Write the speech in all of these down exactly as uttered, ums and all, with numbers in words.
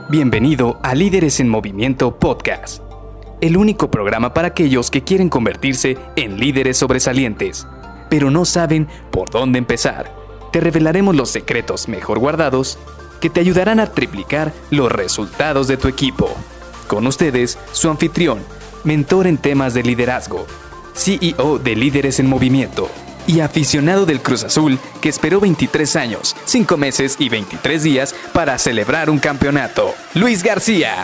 Bienvenido a Líderes en Movimiento Podcast, el único programa para aquellos que quieren convertirse en líderes sobresalientes, pero no saben por dónde empezar. Te revelaremos los secretos mejor guardados que te ayudarán a triplicar los resultados de tu equipo. Con ustedes, su anfitrión, mentor en temas de liderazgo, C E O de Líderes en Movimiento y aficionado del Cruz Azul que esperó veintitrés años, cinco meses y veintitrés días para celebrar un campeonato, Luis García.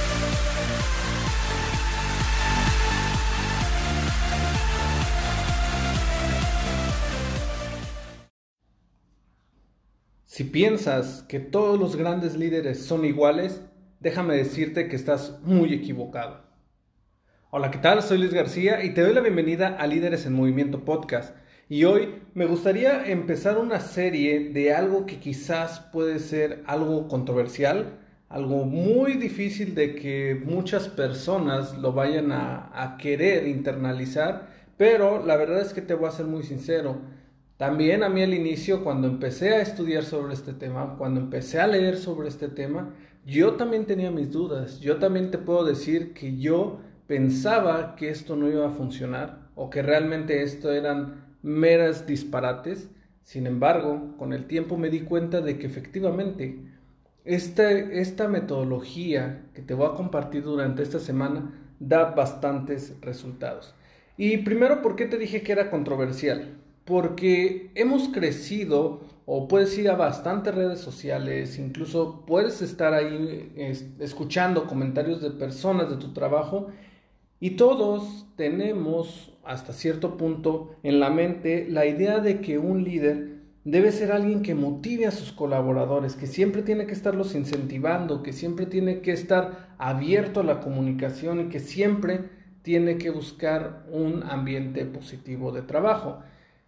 Si piensas que todos los grandes líderes son iguales, déjame decirte que estás muy equivocado. Hola, ¿qué tal? Soy Luis García y te doy la bienvenida a Líderes en Movimiento Podcast. Y hoy me gustaría empezar una serie de algo que quizás puede ser algo controversial, algo muy difícil de que muchas personas lo vayan a, a querer internalizar, pero la verdad es que te voy a ser muy sincero. También a mí al inicio, cuando empecé a estudiar sobre este tema, cuando empecé a leer sobre este tema, yo también tenía mis dudas. Yo también te puedo decir que yo pensaba que esto no iba a funcionar o que realmente esto eran meras disparates. Sin embargo, con el tiempo me di cuenta de que efectivamente esta, esta metodología que te voy a compartir durante esta semana da bastantes resultados. Y primero, ¿por qué te dije que era controversial? Porque hemos crecido, o puedes ir a bastantes redes sociales, incluso puedes estar ahí es, escuchando comentarios de personas de tu trabajo, y todos tenemos hasta cierto punto en la mente la idea de que un líder debe ser alguien que motive a sus colaboradores, que siempre tiene que estarlos incentivando, que siempre tiene que estar abierto a la comunicación y que siempre tiene que buscar un ambiente positivo de trabajo.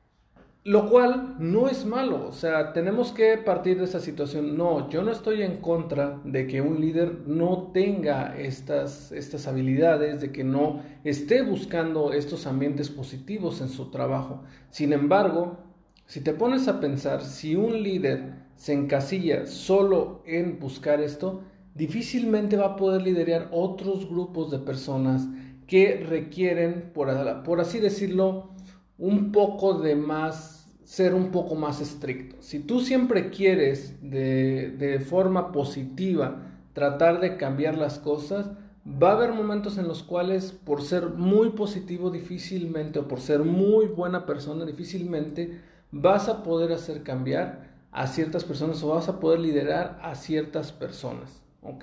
Lo cual no es malo, o sea, tenemos que partir de esa situación. No, yo no estoy en contra de que un líder no tenga estas, estas habilidades, de que no esté buscando estos ambientes positivos en su trabajo. Sin embargo, si te pones a pensar, si un líder se encasilla solo en buscar esto, difícilmente va a poder liderar otros grupos de personas que requieren, por, por así decirlo, un poco de más, ser un poco más estricto. Si tú siempre quieres de, de forma positiva tratar de cambiar las cosas, va a haber momentos en los cuales por ser muy positivo difícilmente, o por ser muy buena persona difícilmente vas a poder hacer cambiar a ciertas personas o vas a poder liderar a ciertas personas, ¿ok?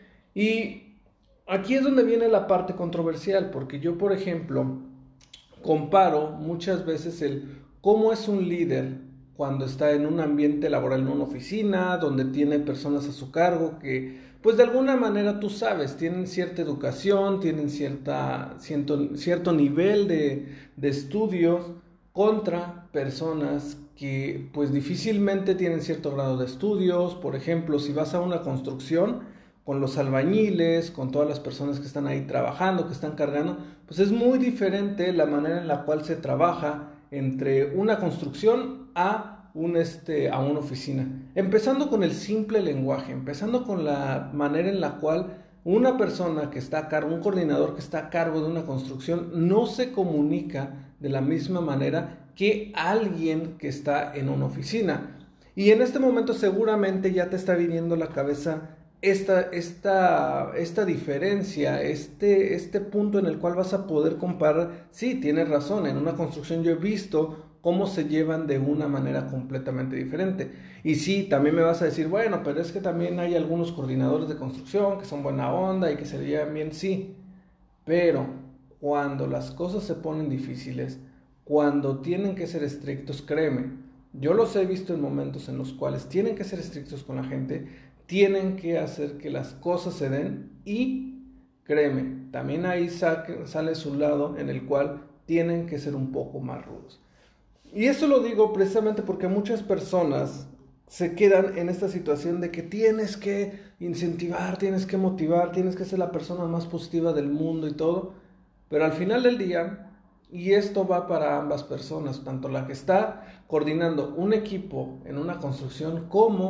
Y aquí es donde viene la parte controversial, porque yo, por ejemplo, comparo muchas veces el cómo es un líder cuando está en un ambiente laboral, en una oficina, donde tiene personas a su cargo que, pues de alguna manera tú sabes, tienen cierta educación, tienen cierta, cierto, cierto nivel de, de estudios, contra personas que pues difícilmente tienen cierto grado de estudios. Por ejemplo, si vas a una construcción, con los albañiles, con todas las personas que están ahí trabajando, que están cargando, pues es muy diferente la manera en la cual se trabaja entre una construcción a, un, este, a una oficina. Empezando con el simple lenguaje, empezando con la manera en la cual una persona que está a cargo, un coordinador que está a cargo de una construcción, no se comunica de la misma manera que alguien que está en una oficina. Y en este momento seguramente ya te está viniendo a la cabeza Esta, esta, esta diferencia, este, este punto en el cual vas a poder comparar. Sí, tienes razón, en una construcción yo he visto cómo se llevan de una manera completamente diferente. Y sí, también me vas a decir, bueno, pero es que también hay algunos coordinadores de construcción que son buena onda y que se llevan bien, sí. Pero cuando las cosas se ponen difíciles, cuando tienen que ser estrictos, créeme, yo los he visto en momentos en los cuales tienen que ser estrictos con la gente, tienen que hacer que las cosas se den y, créeme, también ahí saque, sale su lado en el cual tienen que ser un poco más rudos. Y eso lo digo precisamente porque muchas personas se quedan en esta situación de que tienes que incentivar, tienes que motivar, tienes que ser la persona más positiva del mundo y todo, pero al final del día, y esto va para ambas personas, tanto la que está coordinando un equipo en una construcción como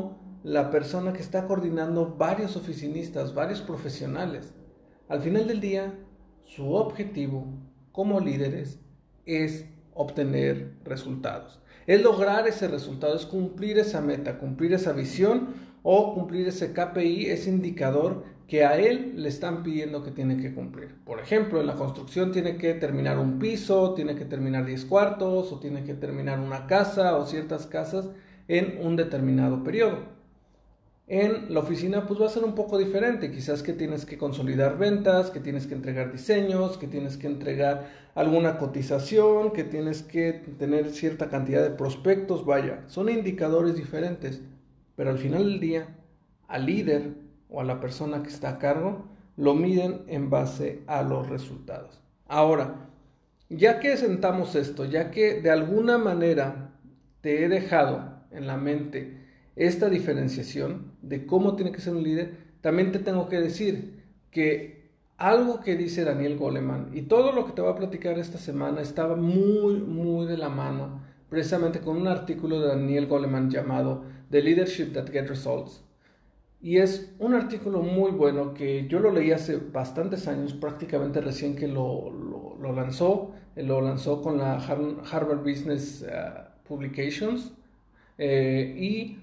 la persona que está coordinando varios oficinistas, varios profesionales. Al final del día, su objetivo como líderes es obtener resultados. Es lograr ese resultado, es cumplir esa meta, cumplir esa visión o cumplir ese K P I, ese indicador que a él le están pidiendo que tiene que cumplir. Por ejemplo, en la construcción tiene que terminar un piso, tiene que terminar diez cuartos o tiene que terminar una casa o ciertas casas en un determinado periodo. En la oficina pues va a ser un poco diferente, quizás que tienes que consolidar ventas, que tienes que entregar diseños, que tienes que entregar alguna cotización, que tienes que tener cierta cantidad de prospectos, vaya, son indicadores diferentes, pero al final del día, al líder o a la persona que está a cargo, lo miden en base a los resultados. Ahora, ya que sentamos esto, ya que de alguna manera te he dejado en la mente esta diferenciación de cómo tiene que ser un líder, también te tengo que decir que algo que dice Daniel Goleman y todo lo que te voy a platicar esta semana estaba muy, muy de la mano, precisamente con un artículo de Daniel Goleman llamado The Leadership That Gets Results. Y es un artículo muy bueno que yo lo leí hace bastantes años, prácticamente recién que lo, lo, lo lanzó, lo lanzó con la Harvard Business uh, Publications eh, y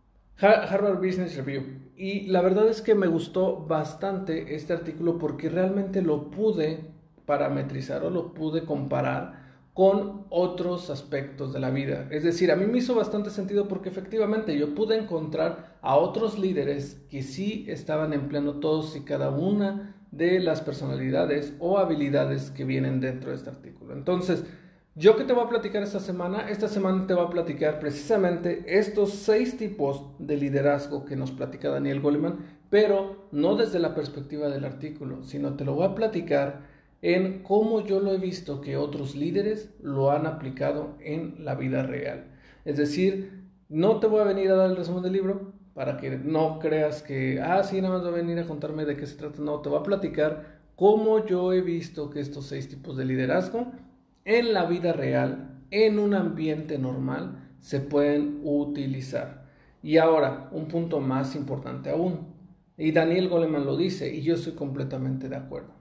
Harvard Business Review. Y la verdad es que me gustó bastante este artículo porque realmente lo pude parametrizar o lo pude comparar con otros aspectos de la vida. Es decir, a mí me hizo bastante sentido porque efectivamente yo pude encontrar a otros líderes que sí estaban empleando todos y cada una de las personalidades o habilidades que vienen dentro de este artículo. Entonces, ¿yo qué te voy a platicar esta semana? Esta semana te voy a platicar precisamente estos seis tipos de liderazgo que nos platica Daniel Goleman, pero no desde la perspectiva del artículo, sino te lo voy a platicar en cómo yo lo he visto que otros líderes lo han aplicado en la vida real. Es decir, no te voy a venir a dar el resumen del libro para que no creas que, ah, sí, nada más va a venir a contarme de qué se trata. No, te voy a platicar cómo yo he visto que estos seis tipos de liderazgo en la vida real, en un ambiente normal, se pueden utilizar. Y ahora, un punto más importante aún, y Daniel Goleman lo dice, y yo estoy completamente de acuerdo.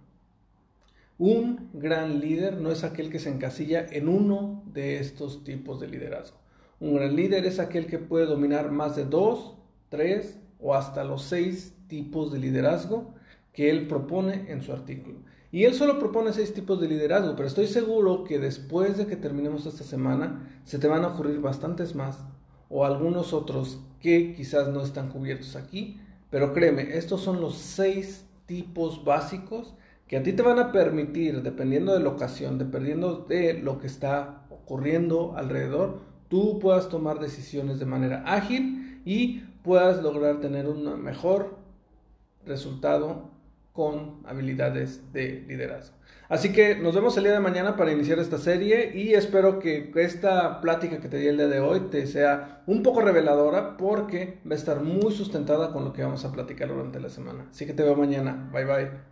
Un gran líder no es aquel que se encasilla en uno de estos tipos de liderazgo. Un gran líder es aquel que puede dominar más de dos, tres o hasta los seis tipos de liderazgo que él propone en su artículo. Y él solo propone seis tipos de liderazgo, pero estoy seguro que después de que terminemos esta semana se te van a ocurrir bastantes más o algunos otros que quizás no están cubiertos aquí, pero créeme, estos son los seis tipos básicos que a ti te van a permitir, dependiendo de la ocasión, dependiendo de lo que está ocurriendo alrededor, tú puedas tomar decisiones de manera ágil y puedas lograr tener un mejor resultado con habilidades de liderazgo. Así que nos vemos el día de mañana para iniciar esta serie y espero que esta plática que te di el día de hoy te sea un poco reveladora porque va a estar muy sustentada con lo que vamos a platicar durante la semana. Así que te veo mañana. Bye bye.